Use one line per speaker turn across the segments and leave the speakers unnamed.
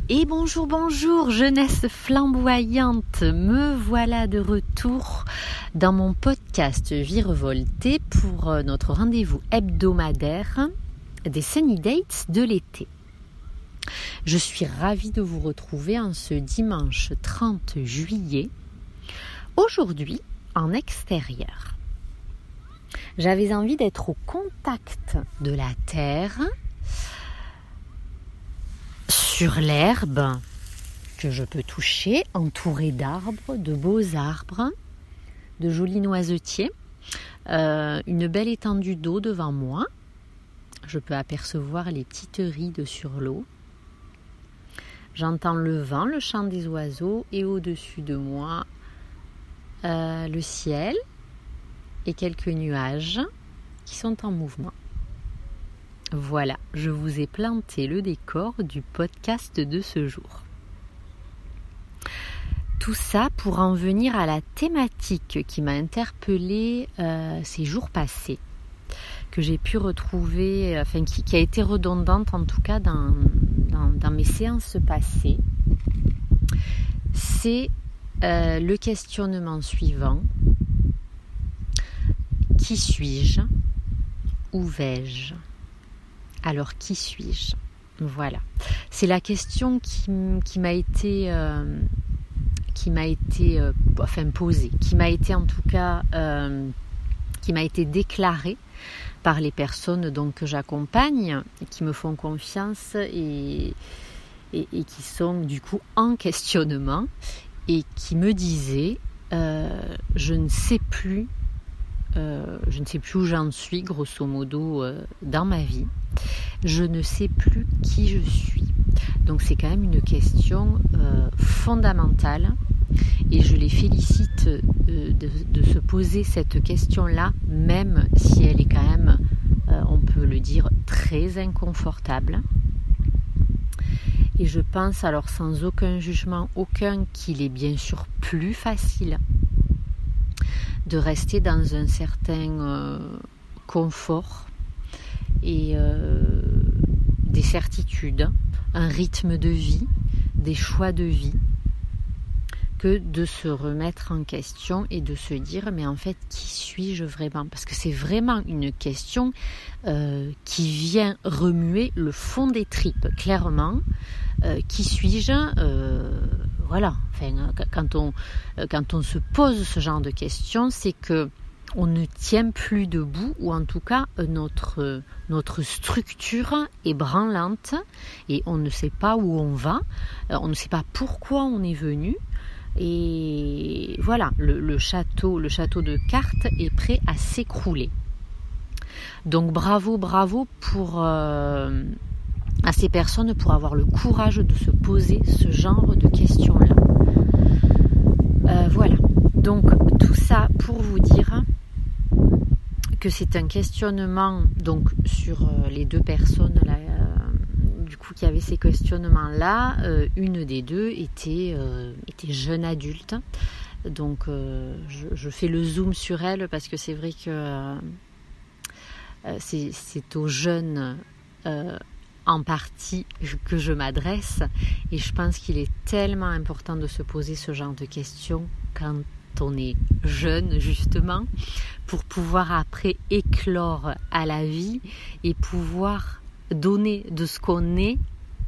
Et bonjour, bonjour, jeunesse flamboyante, me voilà de retour dans mon podcast Virevolté pour notre rendez-vous hebdomadaire des Sunny Dates de l'été. Je suis ravie de vous retrouver en ce dimanche 30 juillet, aujourd'hui en extérieur. J'avais envie d'être au contact de la terre, sur l'herbe que je peux toucher, entourée d'arbres, de beaux arbres, de jolis noisetiers, une belle étendue d'eau devant moi. Je peux apercevoir les petites rides sur l'eau. J'entends le vent, le chant des oiseaux et au-dessus de moi, le ciel et quelques nuages qui sont en mouvement. Voilà, je vous ai planté le décor du podcast de ce jour. Tout ça pour en venir à la thématique qui m'a interpellée ces jours passés, que j'ai pu retrouver, qui a été redondante en tout cas dans mes séances passées. C'est le questionnement suivant. Qui suis-je? Où vais-je? Alors, qui suis-je? Voilà. C'est la question qui m'a été posée, qui m'a été en tout cas, qui m'a été déclarée par les personnes donc, que j'accompagne, qui me font confiance et qui sont du coup en questionnement et qui me disaient je ne sais plus où j'en suis, grosso modo, dans ma vie. Je ne sais plus qui je suis. Donc c'est quand même une question fondamentale et je les félicite de se poser cette question-là, même si elle est quand même, on peut le dire, très inconfortable. Et je pense, alors sans aucun jugement, qu'il est bien sûr plus facile de rester dans un certain confort et des certitudes, un rythme de vie, des choix de vie, que de se remettre en question et de se dire mais en fait qui suis-je vraiment? Parce que c'est vraiment une question qui vient remuer le fond des tripes, clairement. Qui suis-je? Voilà. Enfin, quand on se pose ce genre de questions, c'est que on ne tient plus debout, ou en tout cas notre structure est branlante et on ne sait pas où on va, on ne sait pas pourquoi on est venu. Et voilà, le château de cartes est prêt à s'écrouler. Donc bravo pour à ces personnes pour avoir le courage de se poser ce genre de questions-là. Voilà, donc tout ça pour vous dire que c'est un questionnement donc sur les deux personnes là, du coup qui avaient ces questionnements-là. Une des deux était jeune adulte, donc je fais le zoom sur elle parce que c'est vrai que c'est aux jeunes en partie que je m'adresse, et je pense qu'il est tellement important de se poser ce genre de questions quand on est jeune, justement, pour pouvoir après éclore à la vie et pouvoir donner de ce qu'on est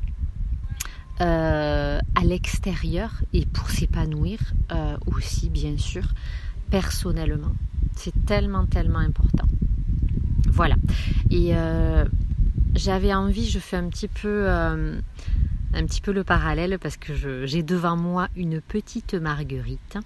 à l'extérieur et pour s'épanouir aussi, bien sûr, personnellement. C'est tellement important. Voilà. Et j'avais envie, je fais un petit peu le parallèle parce que j'ai devant moi une petite marguerite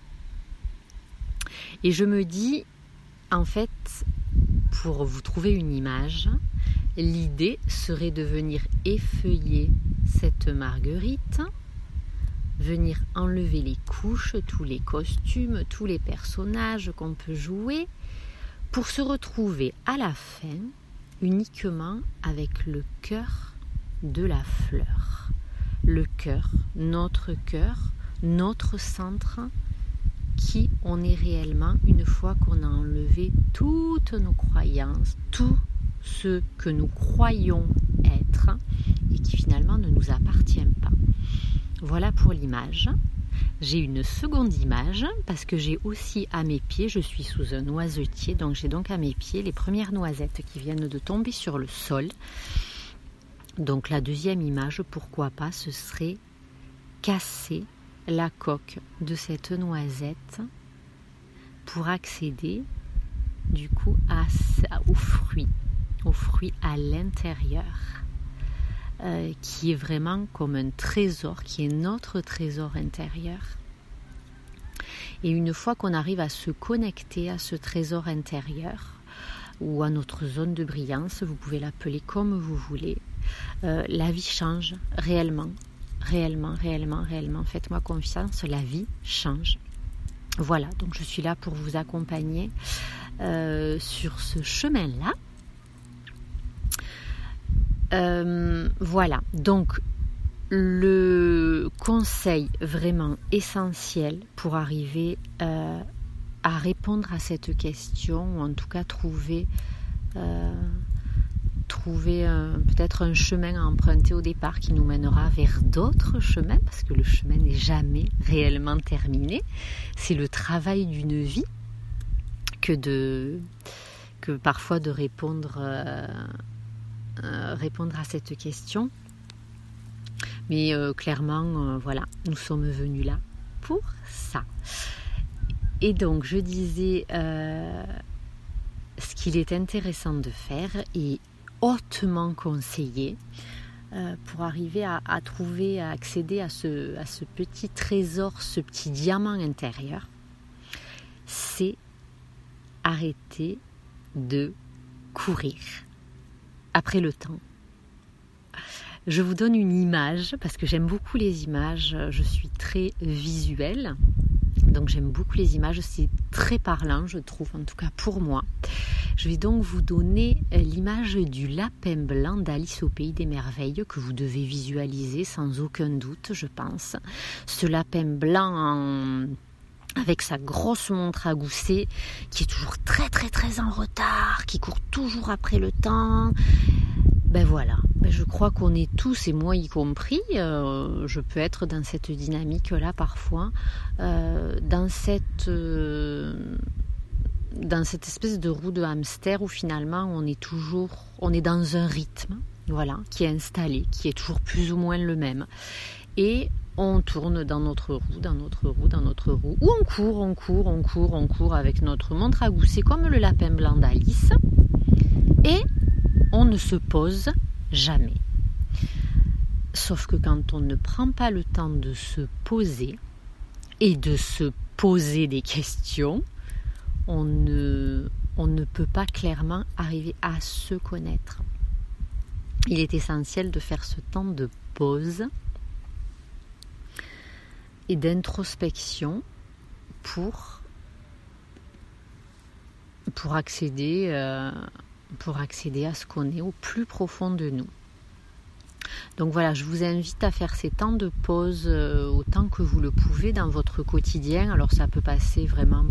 et je me dis, en fait, pour vous trouver une image, l'idée serait de venir effeuiller cette marguerite, venir enlever les couches, tous les costumes, tous les personnages qu'on peut jouer, pour se retrouver à la fin uniquement avec le cœur de la fleur. Le cœur, notre centre, qui on est réellement une fois qu'on a enlevé toutes nos croyances, tout ce que nous croyons être et qui finalement ne nous appartient pas. Voilà pour l'image. J'ai une seconde image parce que j'ai aussi à mes pieds, je suis sous un noisetier, donc j'ai donc à mes pieds les premières noisettes qui viennent de tomber sur le sol. Donc la deuxième image, pourquoi pas, ce serait casser la coque de cette noisette pour accéder du coup aux fruits à l'intérieur, qui est vraiment comme un trésor, qui est notre trésor intérieur. Et une fois qu'on arrive à se connecter à ce trésor intérieur, ou à notre zone de brillance, vous pouvez l'appeler comme vous voulez, la vie change réellement, faites-moi confiance, la vie change. Voilà, donc je suis là pour vous accompagner sur ce chemin-là. Voilà, donc le conseil vraiment essentiel pour arriver à répondre à cette question, ou en tout cas trouver peut-être un chemin à emprunter au départ qui nous mènera vers d'autres chemins, parce que le chemin n'est jamais réellement terminé. C'est le travail d'une vie que parfois de répondre à cette question. Mais clairement, voilà, nous sommes venus là pour ça. Et donc, je disais, ce qu'il est intéressant de faire et hautement conseillé pour arriver à accéder à ce petit trésor, ce petit diamant intérieur, c'est arrêter de courir après le temps. Je vous donne une image parce que j'aime beaucoup les images, je suis très visuelle, donc j'aime beaucoup les images, c'est très parlant je trouve, en tout cas pour moi. Je vais donc vous donner l'image du lapin blanc d'Alice au Pays des Merveilles que vous devez visualiser sans aucun doute, je pense. Ce lapin blanc avec sa grosse montre à gousset qui est toujours très très très en retard, qui court toujours après le temps. Ben voilà, je crois qu'on est tous, et moi y compris, je peux être dans cette dynamique-là parfois, dans cette espèce de roue de hamster où finalement on est dans un rythme, voilà, qui est installé, qui est toujours plus ou moins le même. Et on tourne dans notre roue, ou on court avec notre montre à gousset comme le lapin blanc d'Alice, et on ne se pose jamais. Sauf que quand on ne prend pas le temps de se poser et de se poser des questions, on ne peut pas clairement arriver à se connaître. Il est essentiel de faire ce temps de pause et d'introspection pour accéder à ce qu'on est au plus profond de nous. Donc voilà, je vous invite à faire ces temps de pause autant que vous le pouvez dans votre quotidien. Alors ça peut passer vraiment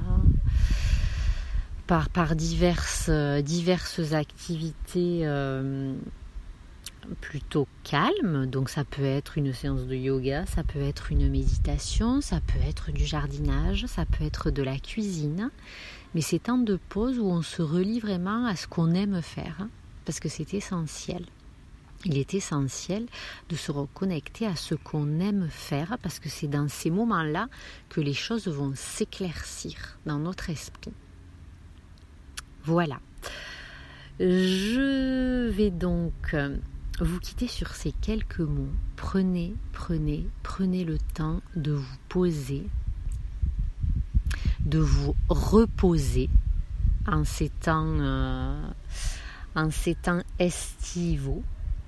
par diverses activités plutôt calmes. Donc ça peut être une séance de yoga, ça peut être une méditation, ça peut être du jardinage, ça peut être de la cuisine. Mais ces temps de pause où on se relie vraiment à ce qu'on aime faire, parce que c'est essentiel. Il est essentiel de se reconnecter à ce qu'on aime faire, parce que c'est dans ces moments-là que les choses vont s'éclaircir dans notre esprit. Voilà. Je vais donc vous quitter sur ces quelques mots. Prenez le temps de vous poser, de vous reposer en ces temps estivaux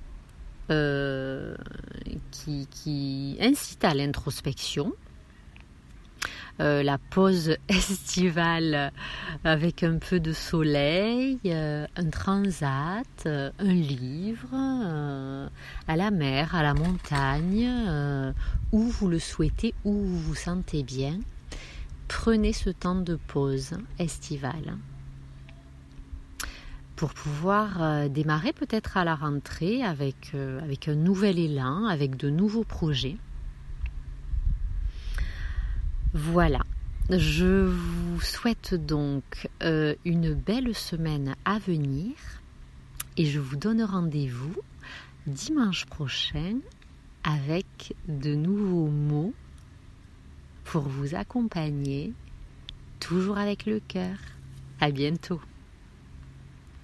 qui incitent à l'introspection. La pause estivale avec un peu de soleil, un transat, un livre, à la mer, à la montagne, où vous le souhaitez, où vous vous sentez bien. Prenez ce temps de pause estivale pour pouvoir démarrer peut-être à la rentrée avec un nouvel élan, avec de nouveaux projets. Voilà, je vous souhaite donc une belle semaine à venir et je vous donne rendez-vous dimanche prochain avec de nouveaux mots pour vous accompagner, toujours avec le cœur. À bientôt.